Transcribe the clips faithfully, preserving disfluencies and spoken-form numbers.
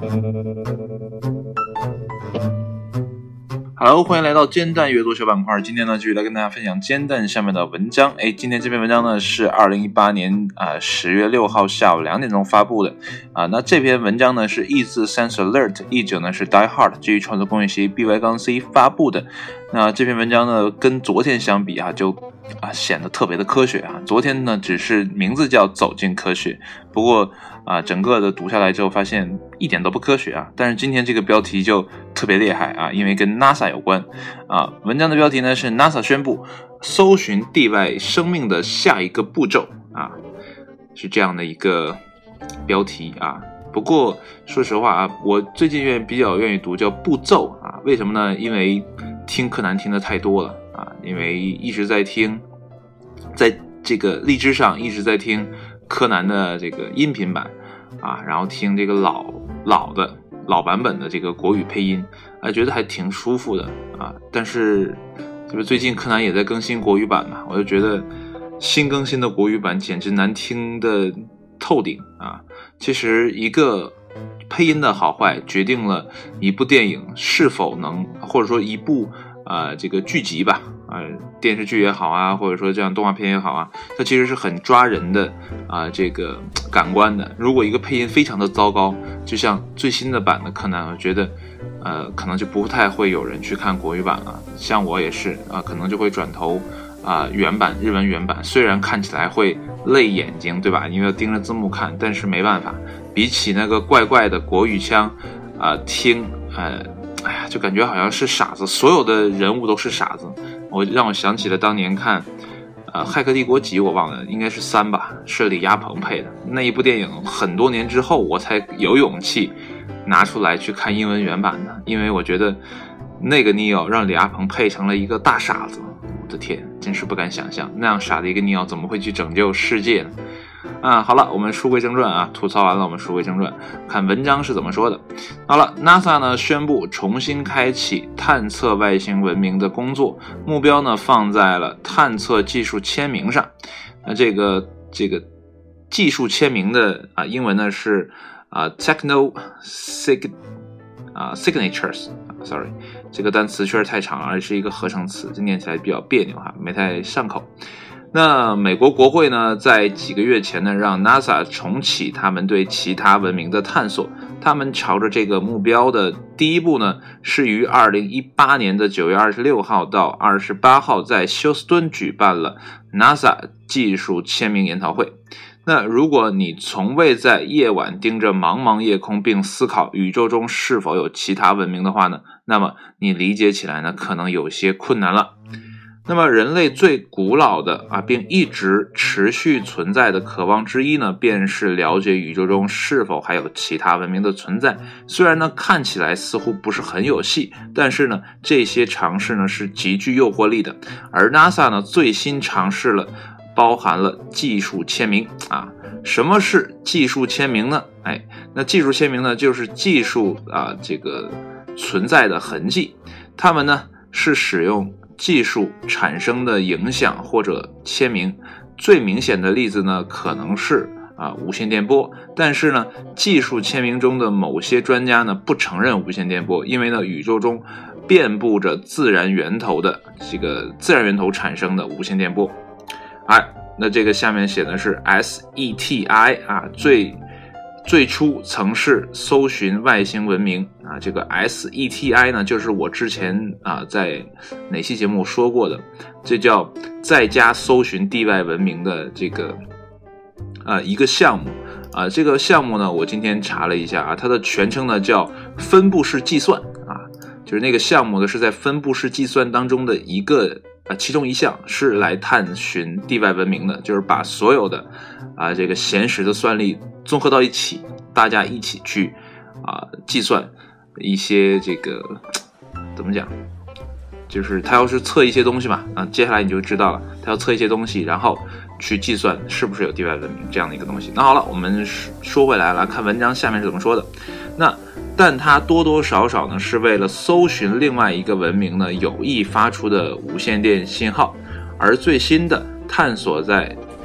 Hello， 欢迎来到煎蛋阅读小板块。今天呢，继续来跟大家分享煎蛋下面的文章。哎，今天这篇文章呢是二零一八年啊十月六号下午两点钟发布的啊。那这篇文章呢是译自 Sense Alert， 译者呢是 Die Hard 基于创作工业协议 B Y C 发布的。那这篇文章呢跟昨天相比啊，就啊显得特别的科学啊。昨天呢只是名字叫走进科学，不过啊整个的读下来之后发现一点都不科学啊。但是今天这个标题就特别厉害啊，因为跟 NASA 有关啊。文章的标题呢是 NASA 宣布搜寻地外生命的下一个步骤啊，是这样的一个标题啊。不过说实话啊，我最近愿比较愿意读叫步骤啊，为什么呢？因为听柯南听的太多了啊，因为一直在听，在这个荔枝上一直在听柯南的这个音频版啊，然后听这个老老的老版本的这个国语配音啊，觉得还挺舒服的啊。但是就是最近柯南也在更新国语版嘛，我就觉得新更新的国语版简直难听的透顶啊。其实一个配音的好坏决定了一部电影是否能，或者说一部呃这个剧集吧，呃电视剧也好啊，或者说这样动画片也好啊，它其实是很抓人的啊、呃、这个感官的。如果一个配音非常的糟糕，就像最新的版的柯南，我觉得呃可能就不太会有人去看国语版了。像我也是啊、呃，可能就会转投啊、呃、原版日文原版，虽然看起来会累眼睛，对吧？因为要盯着字幕看，但是没办法，比起那个怪怪的国语腔啊、呃、听呃哎呀，就感觉好像是傻子，所有的人物都是傻子。我让我想起了当年看呃《骇客帝国》集，我忘了，应该是三吧，是李亚鹏配的那一部电影。很多年之后我才有勇气拿出来去看英文原版的，因为我觉得那个 Neo 让李亚鹏配成了一个大傻子，我的天，真是不敢想象那样傻的一个 Neo 怎么会去拯救世界呢？啊，好了，我们书归正传啊，吐槽完了，我们书归正传，看文章是怎么说的。好了 ，NASA 呢宣布重新开启探测外星文明的工作，目标呢放在了探测技术签名上。那这个这个技术签名的啊，英文呢是啊 techno sig 啊 signatures。Sorry， 这个单词确实太长了，而且是一个合成词，这念起来比较别扭哈，没太上口。那美国国会呢，在几个月前呢，让 NASA 重启他们对其他文明的探索。他们朝着这个目标的第一步呢，是于二零一八年的九月二十六号到二十八号在休斯敦举办了 NASA 技术签名研讨会。那如果你从未在夜晚盯着茫茫夜空并思考宇宙中是否有其他文明的话呢，那么你理解起来呢，可能有些困难了。那么人类最古老的啊，并一直持续存在的渴望之一呢，便是了解宇宙中是否还有其他文明的存在。虽然呢看起来似乎不是很有戏，但是呢这些尝试呢是极具诱惑力的。而 NASA 呢最新尝试了包含了技术签名啊。什么是技术签名呢？哎，那技术签名呢就是技术啊这个存在的痕迹，它们呢是使用技术产生的影响或者签名。最明显的例子呢可能是啊无线电波，但是呢技术签名中的某些专家呢不承认无线电波，因为呢宇宙中遍布着自然源头的这个自然源头产生的无线电波。哎，那这个下面写的是 S E T I 啊，最最初曾是搜寻外星文明啊，这个 S E T I 呢，就是我之前啊在哪期节目说过的，这叫在家搜寻地外文明的这个啊一个项目啊。这个项目呢，我今天查了一下啊，它的全称呢叫分布式计算啊，就是那个项目呢是在分布式计算当中的一个啊，其中一项是来探寻地外文明的，就是把所有的啊这个闲时的算力综合到一起，大家一起去啊计算一些这个怎么讲，就是他要是测一些东西嘛啊，接下来你就知道了，他要测一些东西，然后去计算是不是有地外文明这样的一个东西。那好了，我们说回来了，看文章下面是怎么说的。那但它多多少少呢是为了搜寻另外一个文明呢有意发出的无线电信号，而最新的探索在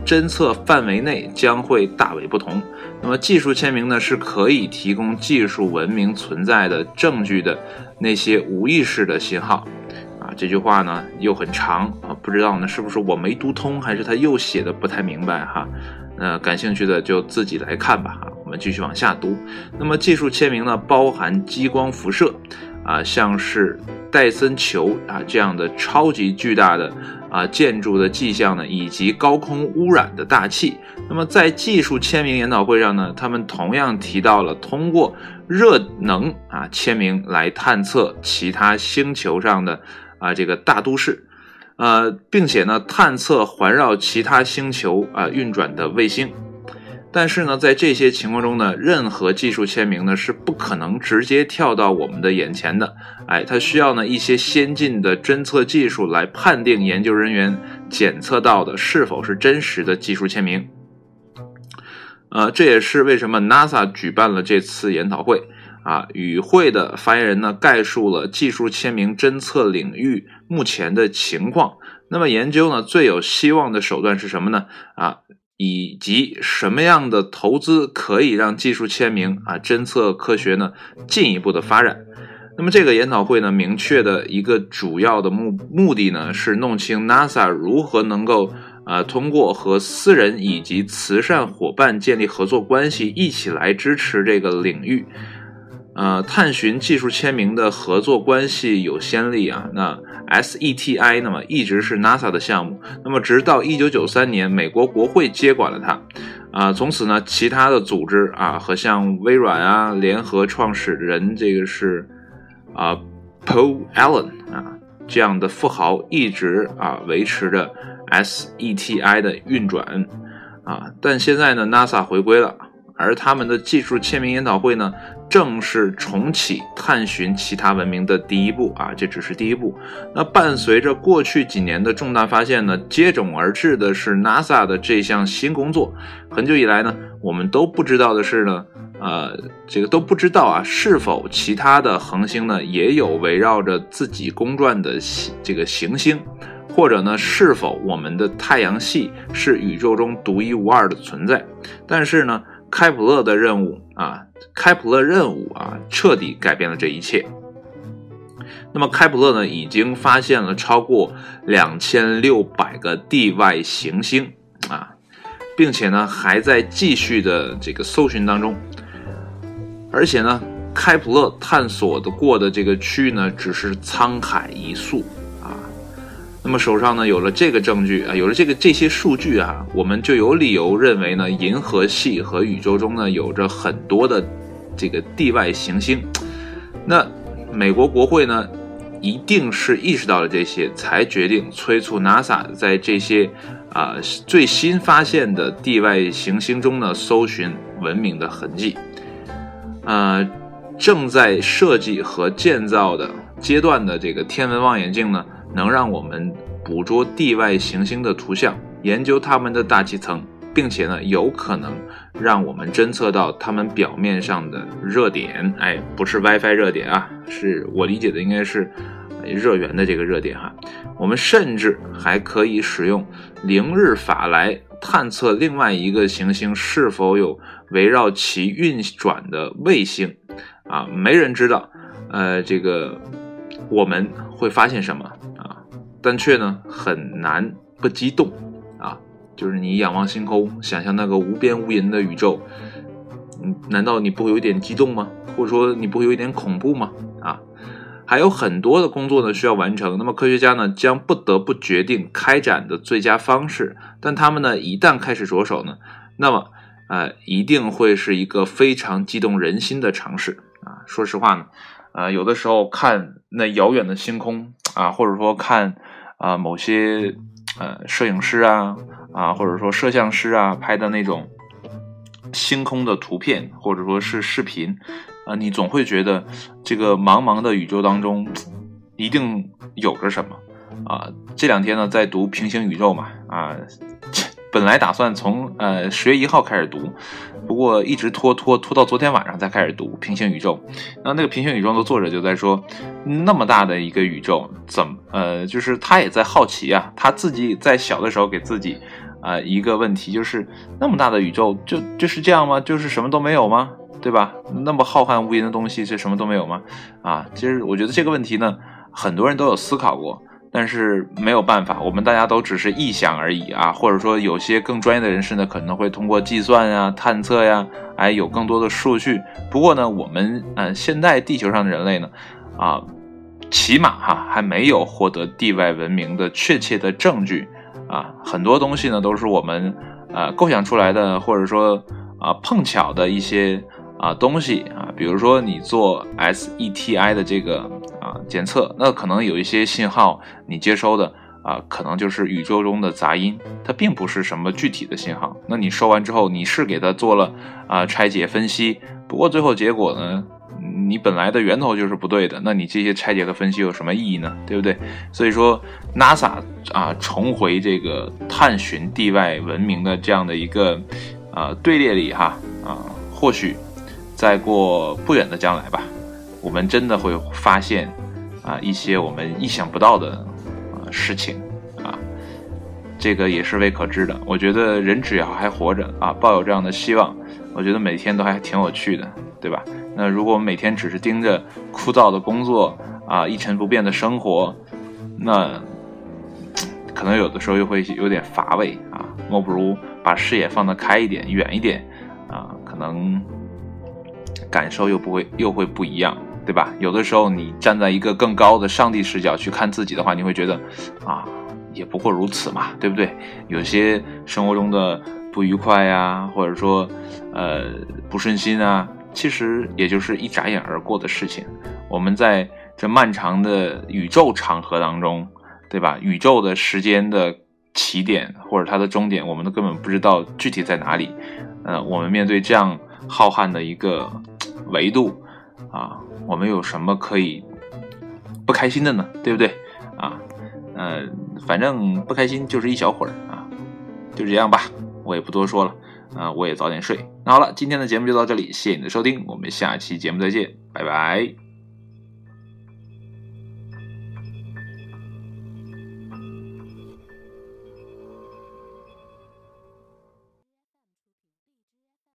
侦测范围内将会大为不同。那么技术签名呢，是可以提供技术文明存在的证据的那些无意识的信号。啊，这句话呢又很长啊，不知道呢是不是我没读通，还是他又写的不太明白哈。呃，感兴趣的就自己来看吧。我们继续往下读。那么技术签名呢，包含激光辐射啊，像是戴森球啊这样的超级巨大的啊建筑的迹象呢，以及高空污染的大气。那么在技术签名研讨会上呢，他们同样提到了通过热能啊签名来探测其他星球上的啊这个大都市。呃，并且呢，探测环绕其他星球啊、呃、运转的卫星。但是呢，在这些情况中呢，任何技术签名呢是不可能直接跳到我们的眼前的。哎，它需要呢一些先进的侦测技术来判定研究人员检测到的是否是真实的技术签名。呃，这也是为什么 NASA 举办了这次研讨会。啊，与会的发言人呢，概述了技术签名侦测领域目前的情况。那么研究呢，最有希望的手段是什么呢？啊，以及什么样的投资可以让技术签名啊侦测科学呢进一步的发展？那么这个研讨会呢，明确的一个主要的目目的呢，是弄清 NASA 如何能够呃通过和私人以及慈善伙伴建立合作关系，一起来支持这个领域。呃，探寻技术签名的合作关系有先例啊。那 S E T I 那么一直是 NASA 的项目，那么直到一九九三年，美国国会接管了它。啊、呃，从此呢，其他的组织啊和像微软啊联合创始人这个是啊 Paul Allen 啊这样的富豪一直啊维持着 S E T I 的运转啊。但现在呢 NASA 回归了，而他们的技术签名研讨会呢，正是重启探寻其他文明的第一步啊，这只是第一步。那伴随着过去几年的重大发现呢，接踵而至的是 NASA 的这项新工作。很久以来呢，我们都不知道的是呢，呃，这个都不知道啊，是否其他的恒星呢也有围绕着自己公转的这个行星，或者呢，是否我们的太阳系是宇宙中独一无二的存在？但是呢，开普勒的任务啊，开普勒任务啊，彻底改变了这一切。那么开普勒呢，已经发现了超过两千六百个地外行星啊，并且呢，还在继续的这个搜寻当中。而且呢，开普勒探索的过的这个区域呢，只是沧海一粟啊。那么手上呢有了这个证据啊，有了这个这些数据啊，我们就有理由认为呢，银河系和宇宙中呢有着很多的这个地外行星。那美国国会呢，一定是意识到了这些，才决定催促 NASA 在这些啊、呃、最新发现的地外行星中呢，搜寻文明的痕迹。呃，正在设计和建造的阶段的这个天文望远镜呢，能让我们捕捉地外行星的图像，研究它们的大气层，并且呢，有可能让我们侦测到它们表面上的热点。哎，不是 WiFi 热点啊，是我理解的应该是热源的这个热点哈。我们甚至还可以使用凌日法来探测另外一个行星是否有围绕其运转的卫星啊，没人知道，呃，这个我们会发现什么啊？但却呢很难不激动啊！就是你仰望星空，想象那个无边无垠的宇宙，嗯，难道你不会有一点激动吗？或者说你不会有一点恐怖吗？啊，还有很多的工作呢需要完成。那么科学家呢将不得不决定开展的最佳方式，但他们呢一旦开始着手呢，那么呃一定会是一个非常激动人心的尝试啊！说实话呢，呃有的时候看那遥远的星空啊，或者说看啊、呃、某些呃摄影师啊啊或者说摄像师啊拍的那种星空的图片或者说是视频啊，你总会觉得这个茫茫的宇宙当中一定有着什么啊。这两天呢在读平行宇宙嘛啊，本来打算从呃十月一号开始读，不过一直拖拖拖到昨天晚上才开始读平行宇宙。那那个平行宇宙的作者就在说，那么大的一个宇宙，怎么呃就是他也在好奇啊，他自己在小的时候给自己啊、呃、一个问题，就是那么大的宇宙就就是这样吗？就是什么都没有吗？对吧？那么浩瀚无垠的东西是什么都没有吗？啊，其实我觉得这个问题呢，很多人都有思考过，但是没有办法，我们大家都只是臆想而已啊，或者说有些更专业的人士呢，可能会通过计算呀、探测呀，哎，有更多的数据。不过呢，我们呃现在地球上的人类呢，啊，起码哈还没有获得地外文明的确切的证据啊，很多东西呢都是我们呃构想出来的，或者说啊碰巧的一些。啊，东西啊，比如说你做 S E T I 的这个啊检测，那可能有一些信号你接收的啊，可能就是宇宙中的杂音，它并不是什么具体的信号。那你收完之后，你是给它做了啊拆解分析，不过最后结果呢，你本来的源头就是不对的，那你这些拆解和分析有什么意义呢？对不对？所以说 NASA 啊重回这个探寻地外文明的这样的一个啊队列里哈啊，或许。再过不远的将来吧，我们真的会发现啊一些我们意想不到的啊事情啊，这个也是未可知的。我觉得人只要还活着啊，抱有这样的希望，我觉得每天都还挺有趣的，对吧？那如果我们每天只是盯着枯燥的工作啊，一成不变的生活，那可能有的时候又会有点乏味啊，莫不如把视野放得开一点、远一点啊，可能。感受又不会又会不一样，对吧？有的时候你站在一个更高的上帝视角去看自己的话，你会觉得啊，也不过如此嘛，对不对？有些生活中的不愉快呀，或者说呃不顺心啊，其实也就是一眨眼而过的事情。我们在这漫长的宇宙长河当中，对吧？宇宙的时间的起点或者它的终点，我们都根本不知道具体在哪里。呃，我们面对这样浩瀚的一个维度啊，我们有什么可以不开心的呢？对不对啊？呃，反正不开心就是一小会儿啊，就这样吧，我也不多说了啊，我也早点睡。那好了，今天的节目就到这里，谢谢你的收听，我们下期节目再见，拜拜。